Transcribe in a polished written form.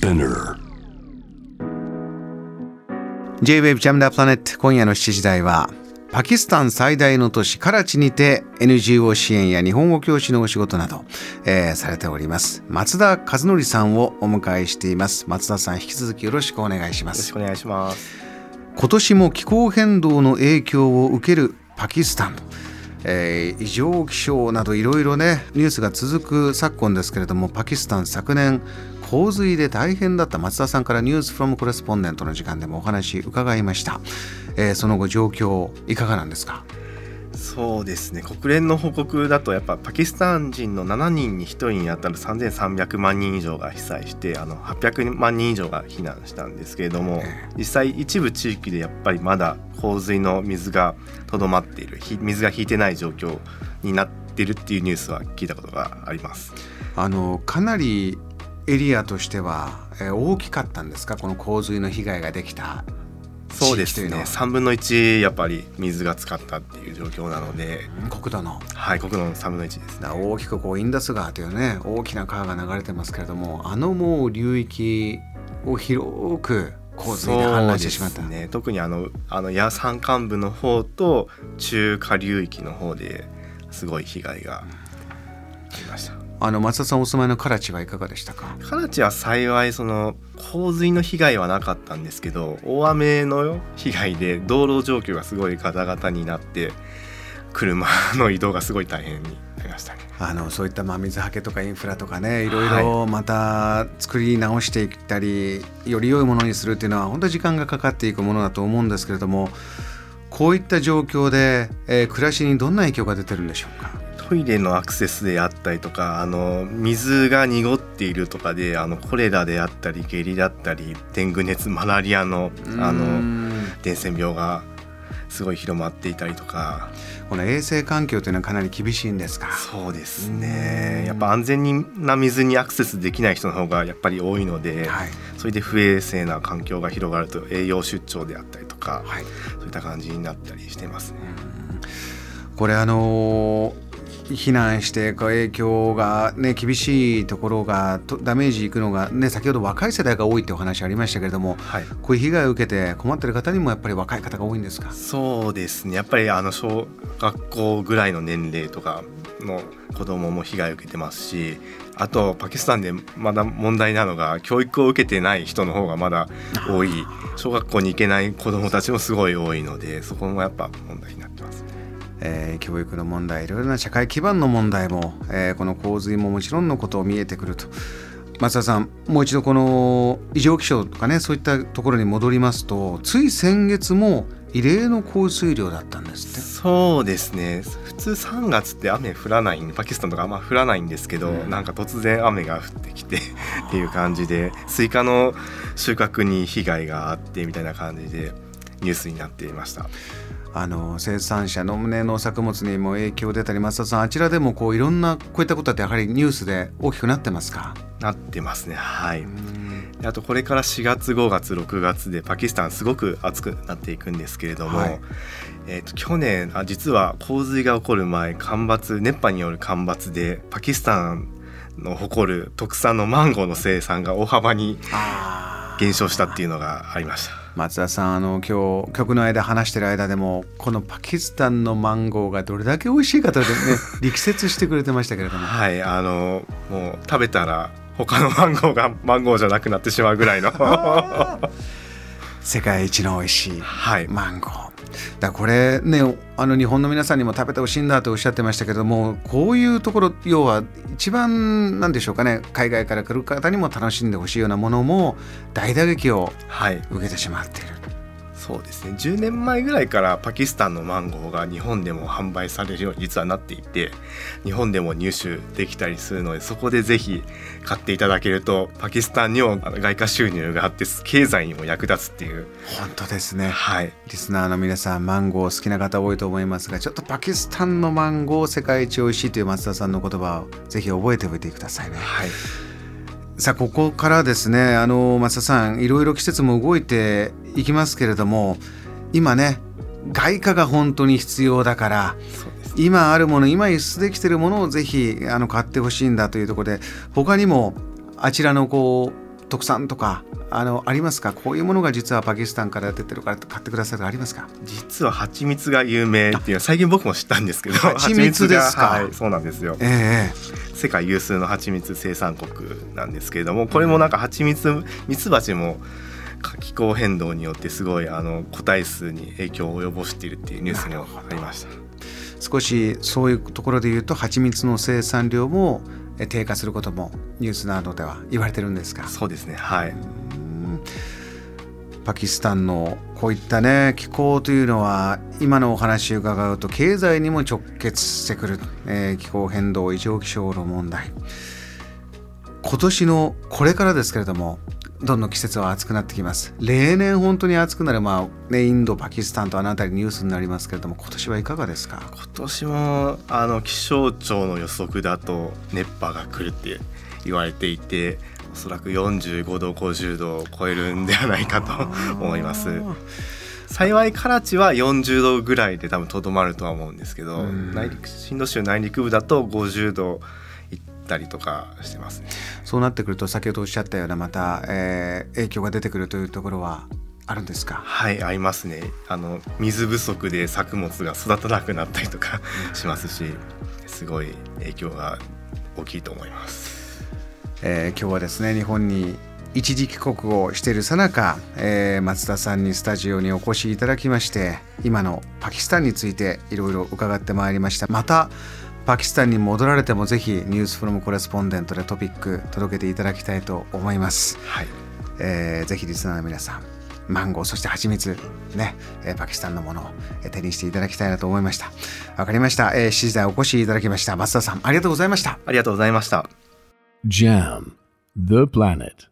Spinner J-Wave Jam the Planet 今夜の7時台はパキスタン最大の都市カラチにて NGO 支援や日本語教師のお仕事など、されております松田和則さんをお迎えしています。松田さん、引き続きよろしくお願いします。 よろしくお願いします。 今年も気候変動の影響を受けるパキスタン、異常気象などいろいろねニュースが続く昨今ですけれども、パキスタン昨年洪水で大変だった。松田さんからニュースフロムコレスポンデントの時間でもお話伺いました。その後状況いかがなんですか？ そうですね、国連の報告だとやっぱパキスタン人の7人に1人にあたる3300万人以上が被災して800万人以上が避難したんですけれども、実際一部地域でやっぱりまだ洪水の水がとどまっている、水が引いてない状況になっているっていうニュースは聞いたことがあります。 かなりエリアとしては、大きかったんですか？この洪水の被害ができたそうですね、3分の1やっぱり水が浸かったっていう状況なので、 国土の国土の3分の1ですね。 大きくインダス川というね大きな川が流れてますけれども、もう流域を広く洪水で氾濫してしまった。 そうですね、特に山間部の方と中下流域の方ですごい被害がありました。 松田さんお住まいのカラチはいかがでしたか？ カラチは幸い洪水の被害はなかったんですけど、大雨の被害で道路状況がすごいガタガタになって車の移動がすごい大変になりましたね。 そういった水はけとかインフラとかねいろいろまた作り直していったり、より良いものにするっていうのは本当に時間がかかっていくものだと思うんですけれども、こういった状況で、暮らしにどんな影響が出てるんでしょうか？ トイレのアクセスであったりとか水が濁っているとかでコレラであったり下痢だったりデング熱、マラリアの伝染病がすごい広まっていたりとか。 この衛生環境というのはかなり厳しいんですか？ そうですね、やっぱ安全な水にアクセスできない人の方がやっぱり多いので、それで不衛生な環境が広がると栄養失調であったりとか、そういった感じになったりしてますね。 これ避難して影響が、厳しいところがダメージいくのが、先ほど若い世代が多いってお話ありましたけれども、こういう被害を受けて困っている方にもやっぱり若い方が多いんですか？ そうですね、やっぱり小学校ぐらいの年齢とかの子どもも被害を受けてますし、あとパキスタンでまだ問題なのが教育を受けてない人の方がまだ多い。小学校に行けない子どもたちもすごい多いので、そこもやっぱ問題になってます。 教育の問題、いろいろな社会基盤の問題も、この洪水ももちろんのことを見えてくると。松田さん、もう一度この異常気象とかそういったところに戻りますと、つい先月も異例の降水量だったんですって。 そうですね、普通3月って雨降らない、パキスタンとかあんま降らないんですけど、なんか突然雨が降ってきてっていう感じで、スイカの収穫に被害があってみたいな感じでニュースになっていました。 生産者の農作物にも影響出たり、松田さんあちらでもいろんなこういったことってやはりニュースで大きくなってますか？ なってますね。あとこれから4月5月6月でパキスタンすごく暑くなっていくんですけれども、去年実は洪水が起こる前、熱波による干ばつでパキスタンの誇る特産のマンゴーの生産が大幅に減少したっていうのがありました。 松田さん、今日曲の間話してる間でもこのパキスタンのマンゴーがどれだけ美味しいかと力説してくれてましたけれどももう食べたら他のマンゴーがマンゴーじゃなくなってしまうぐらいの世界一の美味しいマンゴー、だこれ日本の皆さんにも食べてほしいんだとおっしゃってましたけども、こういうところ、要は一番なんでしょうかね、海外から来る方にも楽しんでほしいようなものも大打撃を受けてしまっている。 そうですね、10年前ぐらいからパキスタンのマンゴーが日本でも販売されるように実はなっていて、日本でも入手できたりするので、そこでぜひ買っていただけるとパキスタンにも外貨収入があって経済にも役立つっていう。 本当ですね、リスナーの皆さんマンゴー好きな方多いと思いますが、ちょっとパキスタンのマンゴー世界一美味しいという松田さんの言葉をぜひ覚えておいてくださいね。さあここからですね、松田さんいろいろ季節も動いていきますけれども、今外貨が本当に必要だから、今あるもの、今輸出できているものをぜひ買ってほしいんだというところで、他にもあちらの特産とかありますか？こういうものが実はパキスタンから出てるから買ってくださいとかありますか？ 実は蜂蜜が有名っていうのは最近僕も知ったんですけど、 蜂蜜ですか？ はい、そうなんですよ。世界有数の蜂蜜生産国なんですけれども、これもなんか蜂蜜、ミツバチも気候変動によってすごい個体数に影響を及ぼしているっていうニュースもありました。 少しそういうところで言うと蜂蜜の生産量も低下することもニュースなどでは言われてるんですか？ そうですね、はい。 パキスタンのこういったね気候というのは今のお話を伺うと経済にも直結してくる、気候変動異常気象の問題、今年のこれからですけれどもどんどん季節は暑くなってきます。例年本当に暑くなる、インドパキスタンとあの辺りニュースになりますけれども、今年はいかがですか？ 今年も気象庁の予測だと熱波が来るって言われていて、おそらく45度50度を超えるんではないかと思います。幸いカラチは40度ぐらいで多分とどまるとは思うんですけど、シンド州内陸部だと50度いったりとかしてますね。 そうなってくると先ほどおっしゃったようなまた、影響が出てくるというところはあるんですか？ はい、ありますね。水不足で作物が育たなくなったりとかしますし、すごい影響が大きいと思います。 今日はですね日本に一時帰国をしているさなか、松田さんにスタジオにお越しいただきまして、今のパキスタンについていろいろ伺ってまいりました。またパキスタンに戻られてもぜひニュースフロムコレスポンデントでトピック届けていただきたいと思います。 はい。 ぜひリスナーの皆さんマンゴーそして蜂蜜ね、パキスタンのものを手にしていただきたいなと思いました。わかりました。7時台お越しいただきました松田さんありがとうございました。 ありがとうございました。 JAM, the planet.